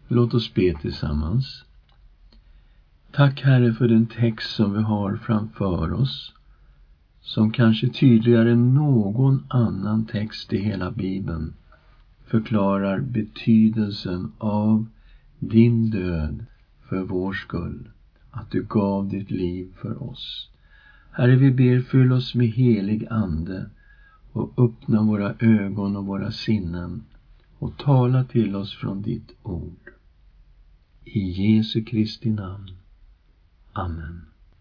Låt oss be tillsammans. Tack Herre för den text som vi har framför oss, som kanske tydligare än någon annan text i hela Bibeln förklarar betydelsen av din död för vår skull, att du gav ditt liv för oss. Herre, vi ber, fyll oss med helig ande och öppna våra ögon och våra sinnen och tala till oss från ditt ord. I Jesu Kristi namn. Amen.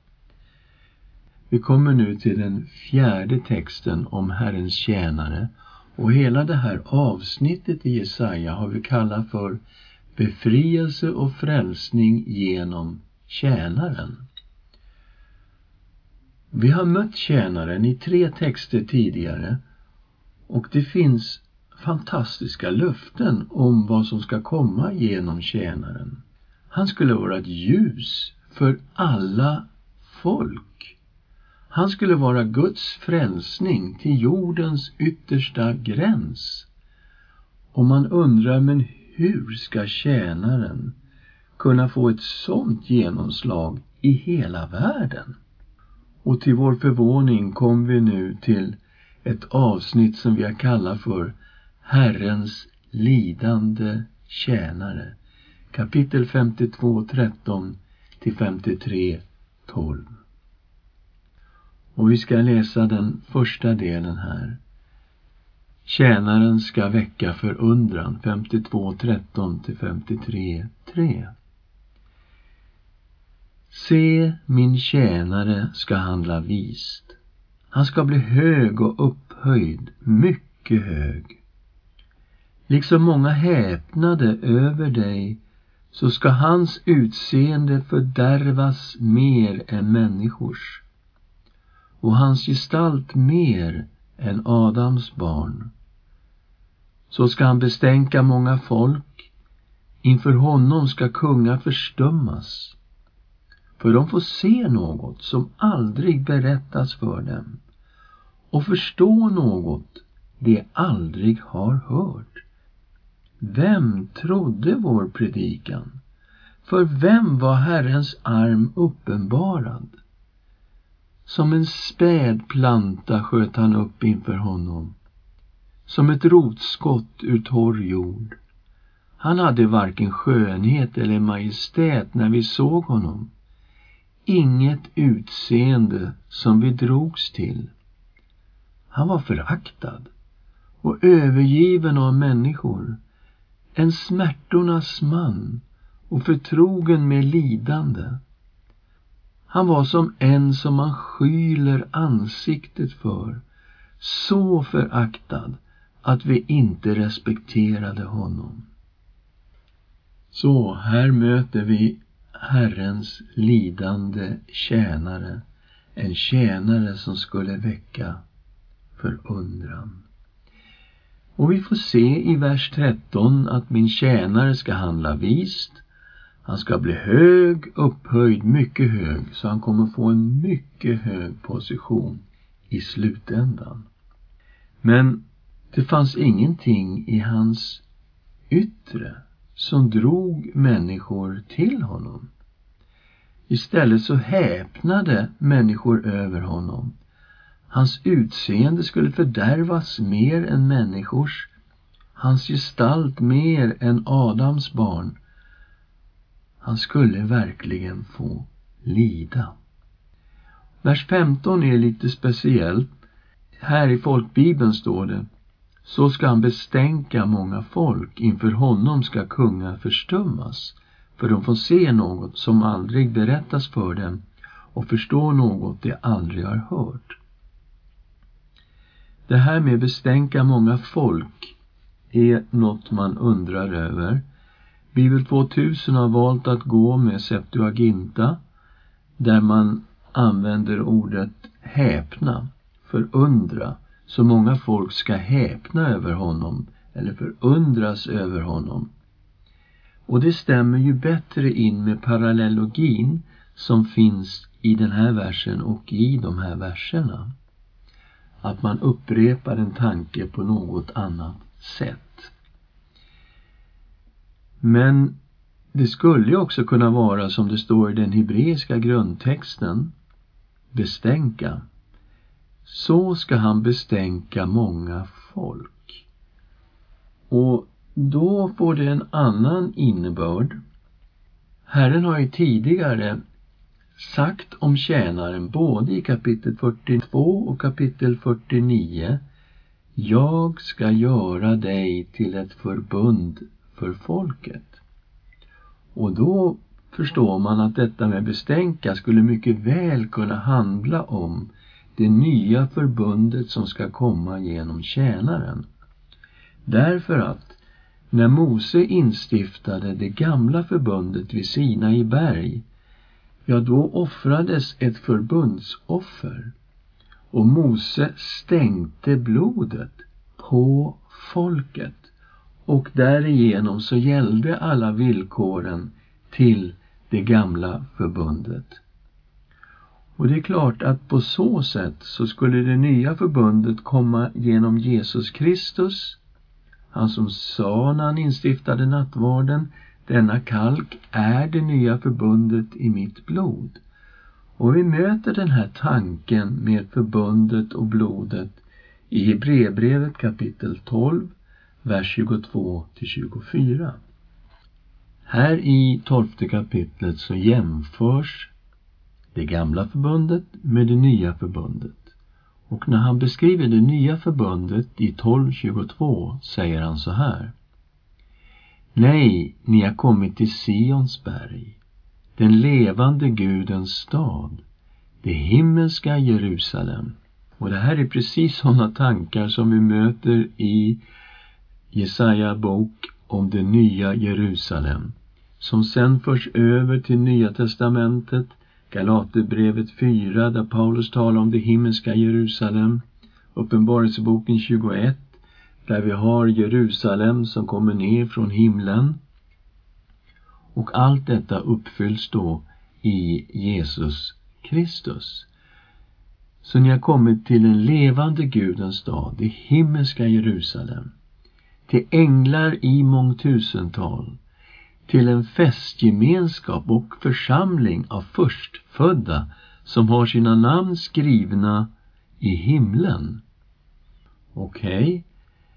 Vi kommer nu till den 4:e texten om Herrens tjänare, och hela det här avsnittet i Jesaja har vi kallat för befrielse och frälsning genom tjänaren. Vi har mött tjänaren i 3 texter tidigare, och det finns fantastiska löften om vad som ska komma genom tjänaren. Han skulle vara ett ljus för alla folk. Han skulle vara Guds frälsning till jordens yttersta gräns. Och man undrar, men hur ska tjänaren kunna få ett sådant genomslag i hela världen? Och till vår förvåning kom vi nu till ett avsnitt som vi har kallat för Herrens lidande tjänare. Kapitel 52, 13-53, 12. Och vi ska läsa den första delen här. Tjänaren ska väcka förundran, 52, 13-53, 3. Se, min tjänare ska handla vist. Han ska bli hög och upphöjd, mycket hög. Liksom många häpnade över dig, så ska hans utseende fördärvas mer än människors, och hans gestalt mer än Adams barn. Så ska han bestänka många folk, inför honom ska kungar förstummas, för de får se något som aldrig berättas för dem, och förstå något de aldrig har hört. Vem trodde vår predikan? För vem var Herrens arm uppenbarad? Som en späd planta sköt han upp inför honom, som ett rotskott ur torr jord. Han hade varken skönhet eller majestät när vi såg honom, inget utseende som vi drogs till. Han var föraktad och övergiven av människor, en smärtornas man och förtrogen med lidande. Han var som en som man skyler ansiktet för, så föraktad att vi inte respekterade honom. Så här möter vi Herrens lidande tjänare, en tjänare som skulle väcka förundran. Och vi får se i vers 13 att min tjänare ska handla vist. Han ska bli hög, upphöjd, mycket hög, så han kommer få en mycket hög position i slutändan. Men det fanns ingenting i hans yttre som drog människor till honom. Istället så häpnade människor över honom. Hans utseende skulle fördärvas mer än människors, hans gestalt mer än Adams barn. Han skulle verkligen få lida. Vers 15 är lite speciellt. Här i folkbibeln står det: så ska han bestänka många folk, inför honom ska kungar förstummas, för de får se något som aldrig berättas för dem och förstå något de aldrig har hört. Det här med bestänka många folk är något man undrar över. Bibel 2000 har valt att gå med Septuaginta, där man använder ordet häpna, förundra, så många folk ska häpna över honom eller förundras över honom. Och det stämmer ju bättre in med parallellogin som finns i den här versen och i de här verserna. Att man upprepar en tanke på något annat sätt. Men det skulle ju också kunna vara som det står i den hebreiska grundtexten, bestänka. Så ska han bestänka många folk. Och då får det en annan innebörd. Herren har ju tidigare sagt om tjänaren både i kapitel 42 och kapitel 49: jag ska göra dig till ett förbund för folket. Och då förstår man att detta med bestänka skulle mycket väl kunna handla om det nya förbundet som ska komma genom tjänaren. Därför att när Mose instiftade det gamla förbundet vid Sinai berg, ja, då offrades ett förbundsoffer. Och Mose stänkte blodet på folket. Och därigenom så gällde alla villkoren till det gamla förbundet. Och det är klart att på så sätt så skulle det nya förbundet komma genom Jesus Kristus. Han som sa när han instiftade nattvarden: denna kalk är det nya förbundet i mitt blod. Och vi möter den här tanken med förbundet och blodet i Hebreerbrevet kapitel 12, vers 22-24. Här i 12:e kapitlet så jämförs det gamla förbundet med det nya förbundet. Och när han beskriver det nya förbundet i 12:22 säger han så här: nej, ni har kommit till Sions berg, den levande Gudens stad, det himmelska Jerusalem. Och det här är precis sådana tankar som vi möter i Jesaja bok om det nya Jerusalem, som sen förs över till Nya testamentet, Galaterbrevet 4, där Paulus talar om det himmelska Jerusalem, Uppenbarelseboken 21, där vi har Jerusalem som kommer ner från himlen. Och allt detta uppfylls då i Jesus Kristus. Så ni har kommit till en levande Gudens stad, det himmelska Jerusalem, till änglar i mångtusental, till en festgemenskap och församling av förstfödda som har sina namn skrivna i himlen. Okej.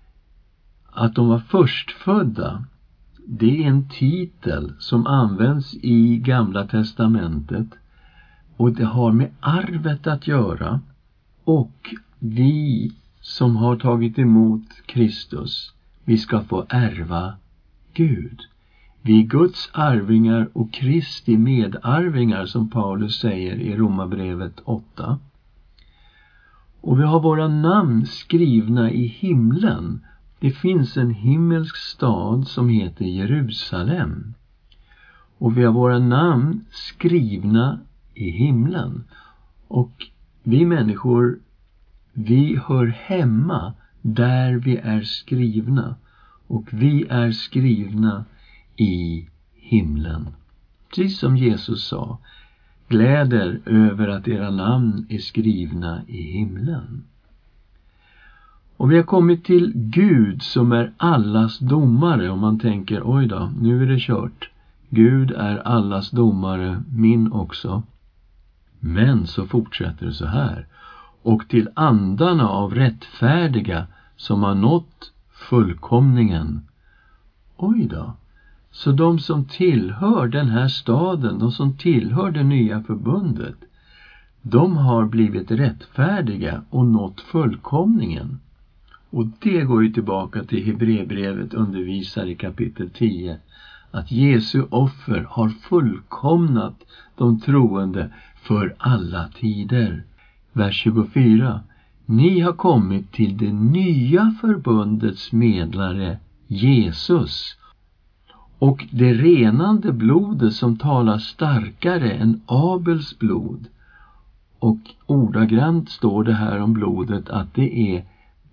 Att de var förstfödda, det är en titel som används i Gamla testamentet, och det har med arvet att göra. Och vi som har tagit emot Kristus, vi ska få ärva Gud. Vi är Guds arvingar och Kristi medarvingar, som Paulus säger i Romarbrevet 8. Och vi har våra namn skrivna i himlen. Det finns en himmelsk stad som heter Jerusalem. Och vi har våra namn skrivna i himlen. Och vi människor, vi hör hemma där vi är skrivna. Och vi är skrivna i himlen. Precis som Jesus sa: gläder över att era namn är skrivna i himlen. Och vi har kommit till Gud som är allas domare. Och man tänker, oj då, nu är det kört. Gud är allas domare, min också. Men så fortsätter det så här: och till andarna av rättfärdiga som har nått fullkomningen. Oj då. Så de som tillhör den här staden, de som tillhör det nya förbundet, de har blivit rättfärdiga och nått fullkomningen. Och det går ju tillbaka till Hebreerbrevet undervisar i kapitel 10, att Jesu offer har fullkomnat de troende för alla tider. Vers 24: ni har kommit till det nya förbundets medlare Jesus, och det renande blodet som talar starkare än Abels blod. Och ordagrant står det här om blodet att det är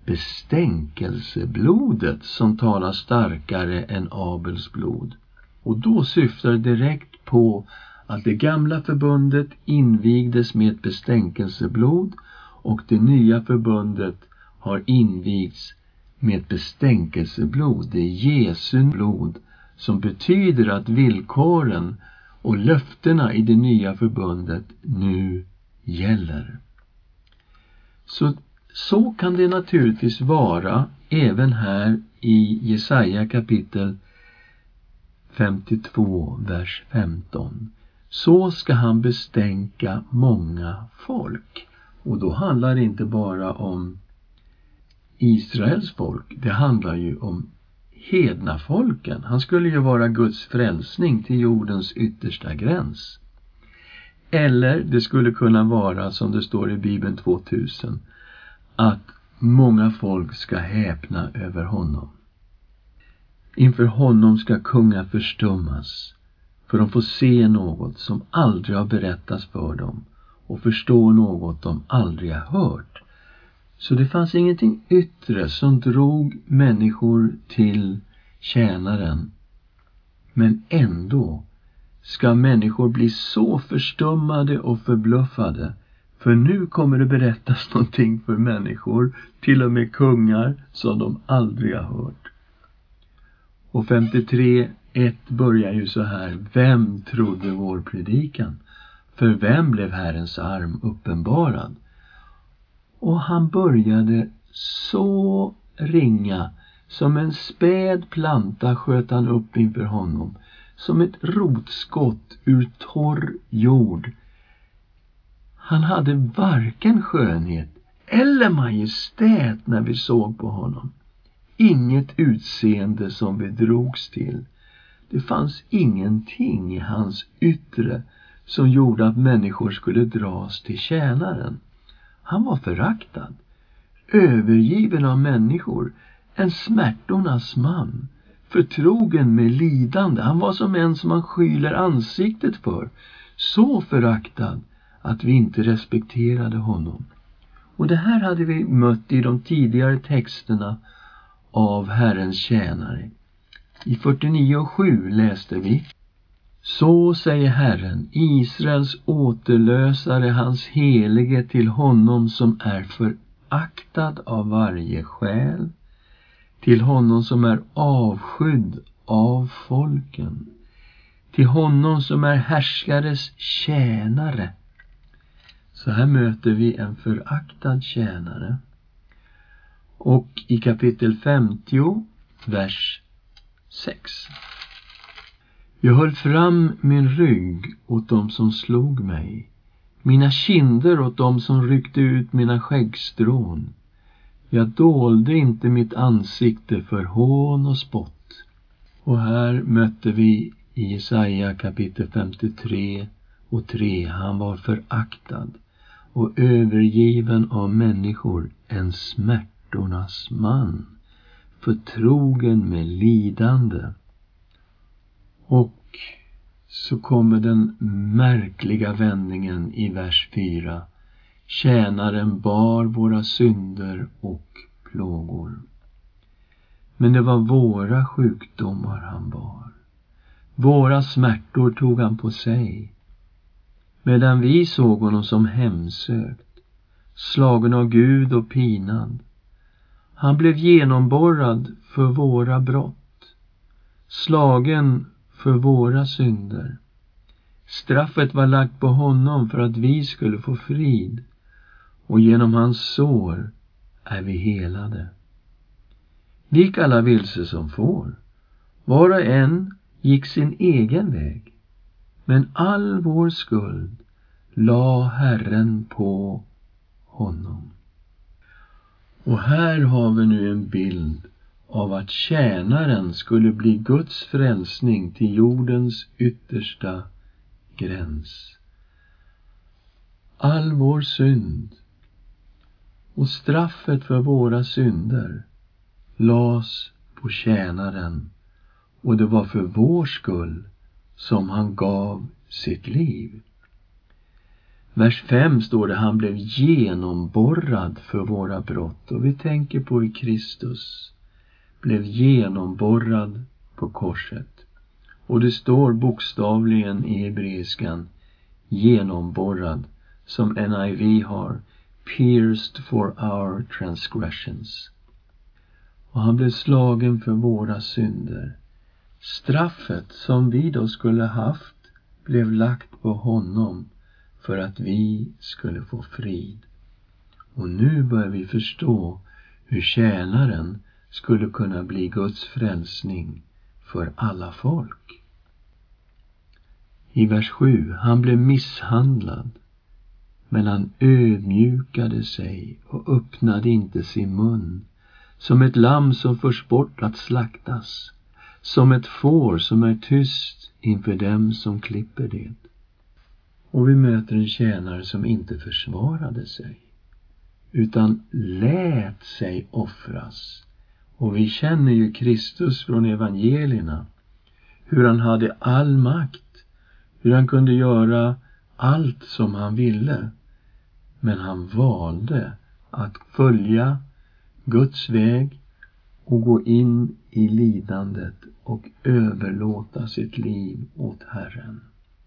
bestänkelseblodet som talar starkare än Abels blod. Och då syftar det direkt på att det gamla förbundet invigdes med ett bestänkelseblod, och det nya förbundet har invigts med ett bestänkelseblod. Det är Jesu blod som betyder att villkoren och löftena i det nya förbundet nu gäller. Så kan det naturligtvis vara även här i Jesaja kapitel 52, vers 15. Så ska han bestänka många folk. Och då handlar det inte bara om Israels folk. Det handlar ju om hedna folken. Han skulle ju vara Guds frälsning till jordens yttersta gräns. Eller det skulle kunna vara, som det står i Bibeln 2000, att många folk ska häpna över honom. Inför honom ska kungar förstummas, för de får se något som aldrig har berättats för dem och förstå något de aldrig har hört. Så det fanns ingenting yttre som drog människor till tjänaren. Men ändå ska människor bli så förstummade och förbluffade, för nu kommer det berättas någonting för människor, till och med kungar, som de aldrig har hört. Och 53:1 börjar ju så här: vem trodde vår predikan? För vem blev Herrens arm uppenbarad? Och han började så ringa, som en späd planta sköt han upp inför honom, som ett rotskott ur torr jord. Han hade varken skönhet eller majestät när vi såg på honom. Inget utseende som vi drogs till. Det fanns ingenting i hans yttre som gjorde att människor skulle dras till tjänaren. Han var föraktad, övergiven av människor, en smärtornas man, förtrogen med lidande. Han var som en som man skyler ansiktet för, så föraktad att vi inte respekterade honom. Och det här hade vi mött i de tidigare texterna av Herrens tjänare. I 49:7 läste vi: så säger Herren, Israels återlösare, hans helige, till honom som är föraktad av varje själ, till honom som är avskydd av folken, till honom som är härskares tjänare. Så här möter vi en föraktad tjänare. Och i kapitel 50, vers 6. Jag höll fram min rygg åt dem som slog mig, mina kinder åt dem som ryckte ut mina skäggstrån. Jag dolde inte mitt ansikte för hån och spott. Och här mötte vi i Jesaja kapitel 53:3. Han var föraktad och övergiven av människor, en smärtornas man, förtrogen med lidande. Och så kommer den märkliga vändningen i vers 4. Tjänaren bar våra synder och plågor. Men det var våra sjukdomar han bar. Våra smärtor tog han på sig. Medan vi såg honom som hemsökt, slagen av Gud och pinad. Han blev genomborrad för våra brott, slagen för våra synder. Straffet var lagt på honom för att vi skulle få frid, och genom hans sår är vi helade. Vi gick alla vilse som får, var och en gick sin egen väg, men all vår skuld la Herren på honom. Och här har vi nu en bild av att tjänaren skulle bli Guds frälsning till jordens yttersta gräns. All vår synd och straffet för våra synder lades på tjänaren, och det var för vår skull som han gav sitt liv. Vers 5 står det: han blev genomborrad för våra brott. Och vi tänker på i Kristus blev genomborrad på korset. Och det står bokstavligen i hebreiskan genomborrad, som NIV har, pierced for our transgressions. Och han blev slagen för våra synder, Straffet som vi då skulle haft blev lagt på honom för att vi skulle få frid. Och nu börjar vi förstå hur tjänaren skulle kunna bli Guds frälsning för alla folk. I vers 7, han blev misshandlad, men han ödmjukade sig och öppnade inte sin mun, som ett lamm som förs bort att slaktas, som ett får som är tyst inför dem som klipper det. Och vi möter en tjänare som inte försvarade sig, utan lät sig offras. Och vi känner ju Kristus från evangelierna, hur han hade all makt, hur han kunde göra allt som han ville. Men han valde att följa Guds väg och gå in i lidandet och överlåta sitt liv åt Herren.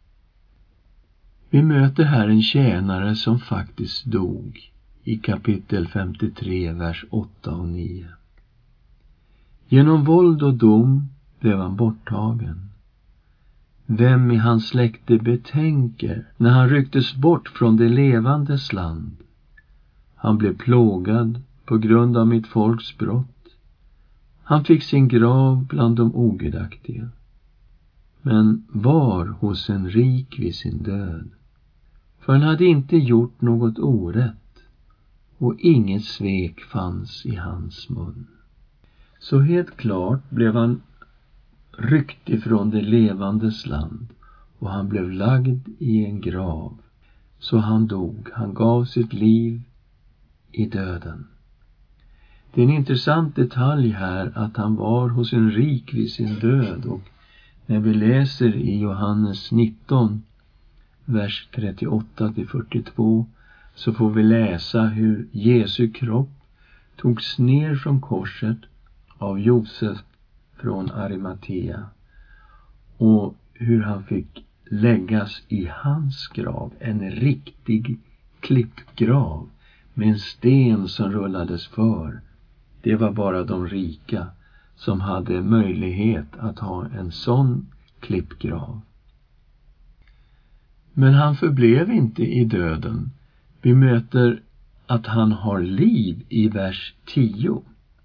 Vi möter här en tjänare som faktiskt dog i kapitel 53, vers 8 och 9. Genom våld och dom blev han borttagen. Vem i hans släkte betänker när han rycktes bort från det levandes land? Han blev plågad på grund av mitt folks brott. Han fick sin grav bland de ogudaktiga, men var hos en rik vid sin död. För han hade inte gjort något orätt, och inget svek fanns i hans mun. Så helt klart blev han ryckt ifrån det levandes land, och han blev lagd i en grav. Så han dog, han gav sitt liv i döden. Det är en intressant detalj här att han var hos en rik vid sin död, och när vi läser i Johannes 19, vers 38-42, så får vi läsa hur Jesu kropp togs ner från korset av Josef från Arimatea, och hur han fick läggas i hans grav, en riktig klippgrav med en sten som rullades för. Det var bara de rika som hade möjlighet att ha en sån klippgrav. Men han förblev inte i döden. Vi möter att han har liv i vers 10.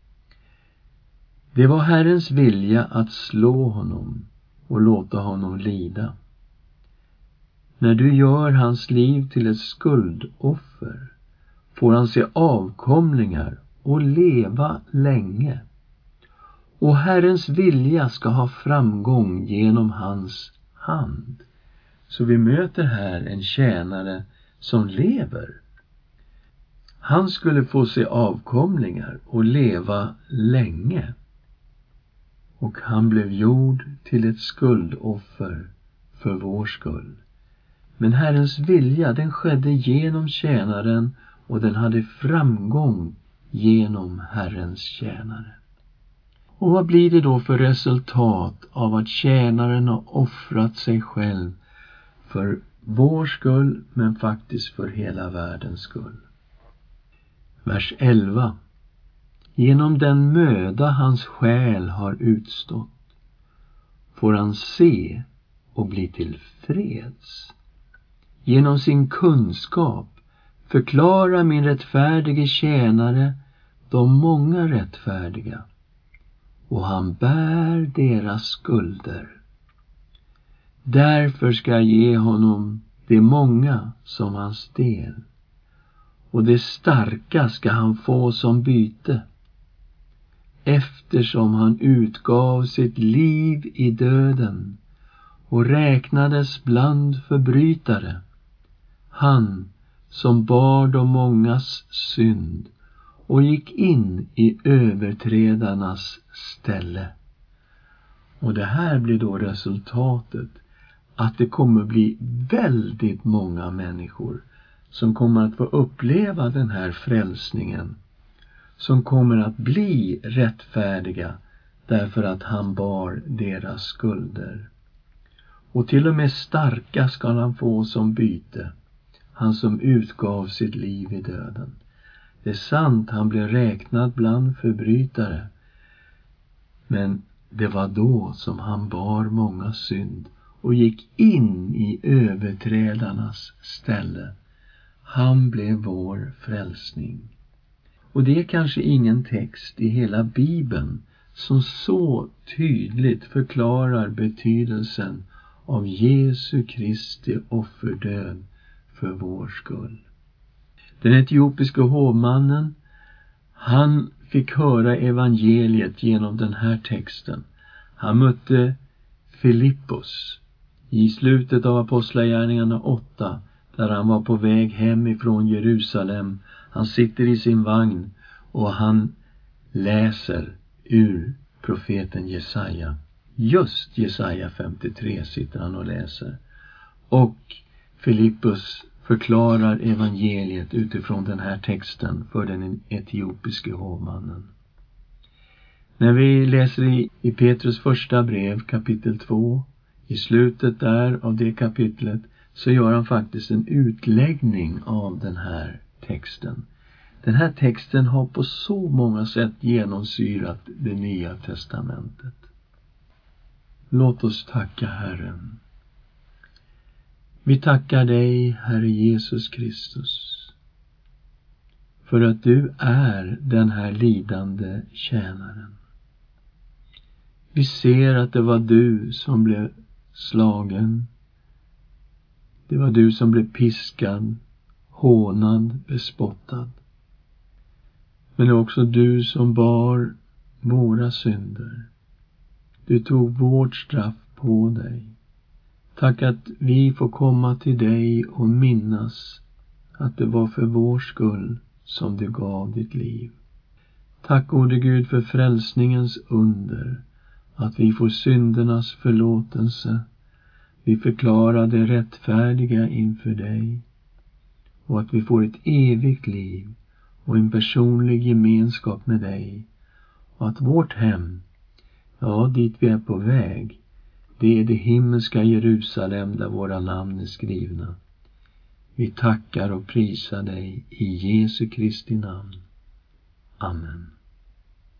Det var Herrens vilja att slå honom och låta honom lida. När du gör hans liv till ett skuldoffer får han se avkomlingar och leva länge. Och Herrens vilja ska ha framgång genom hans hand. Så vi möter här en tjänare som lever. Han skulle få se avkomlingar och leva länge. Och han blev gjord till ett skuldoffer för vår skull. Men Herrens vilja, den skedde genom tjänaren, och den hade framgång genom Herrens tjänare. Och vad blir det då för resultat av att tjänaren har offrat sig själv för vår skull, men faktiskt för hela världens skull? Vers 11. Genom den möda hans själ har utstått får han se och bli till freds. Genom sin kunskap förklara min rättfärdige tjänare de många rättfärdiga, och han bär deras skulder. Därför ska jag ge honom det många som hans del, och det starka ska han få som byte. Eftersom han utgav sitt liv i döden och räknades bland förbrytare, han som bar de mångas synd och gick in i överträdarnas ställe. Och det här blir då resultatet, att det kommer bli väldigt många människor som kommer att få uppleva den här frälsningen, som kommer att bli rättfärdiga därför att han bar deras skulder. Och till och med starka ska han få som byte, han som utgav sitt liv i döden. Det är sant, han blev räknad bland förbrytare, men det var då som han bar många synd och gick in i överträdarnas ställe. Han blev vår frälsning. Och det är kanske ingen text i hela Bibeln som så tydligt förklarar betydelsen av Jesu Kristi offerdöd för vår skull. Den etiopiska hovmannen, han fick höra evangeliet genom den här texten. Han mötte Filippos i slutet av Apostlagärningarna 8, där han var på väg hem ifrån Jerusalem. Han sitter i sin vagn och han läser ur profeten Jesaja. Just Jesaja 53 sitter han och läser. Och Filippos förklarar evangeliet utifrån den här texten för den etiopiske hovmannen. När vi läser i Petrus första brev kapitel 2, i slutet där av det kapitlet, så gör han faktiskt en utläggning av den här texten. Den här texten har på så många sätt genomsyrat det nya testamentet. Låt oss tacka Herren. Vi tackar dig, Herre Jesus Kristus, för att du är den här lidande tjänaren. Vi ser att det var du som blev slagen. Det var du som blev piskad, hånad, bespottad. Men det är också du som bar våra synder. Du tog vårt straff på dig. Tack att vi får komma till dig och minnas att det var för vår skull som du gav ditt liv. Tack gode Gud för frälsningens under, att vi får syndernas förlåtelse. Vi förklarar det rättfärdiga inför dig och att vi får ett evigt liv och en personlig gemenskap med dig, och att vårt hem, ja, dit vi är på väg, det är det himmelska Jerusalem där våra namn är skrivna. Vi tackar och prisar dig i Jesu Kristi namn. Amen.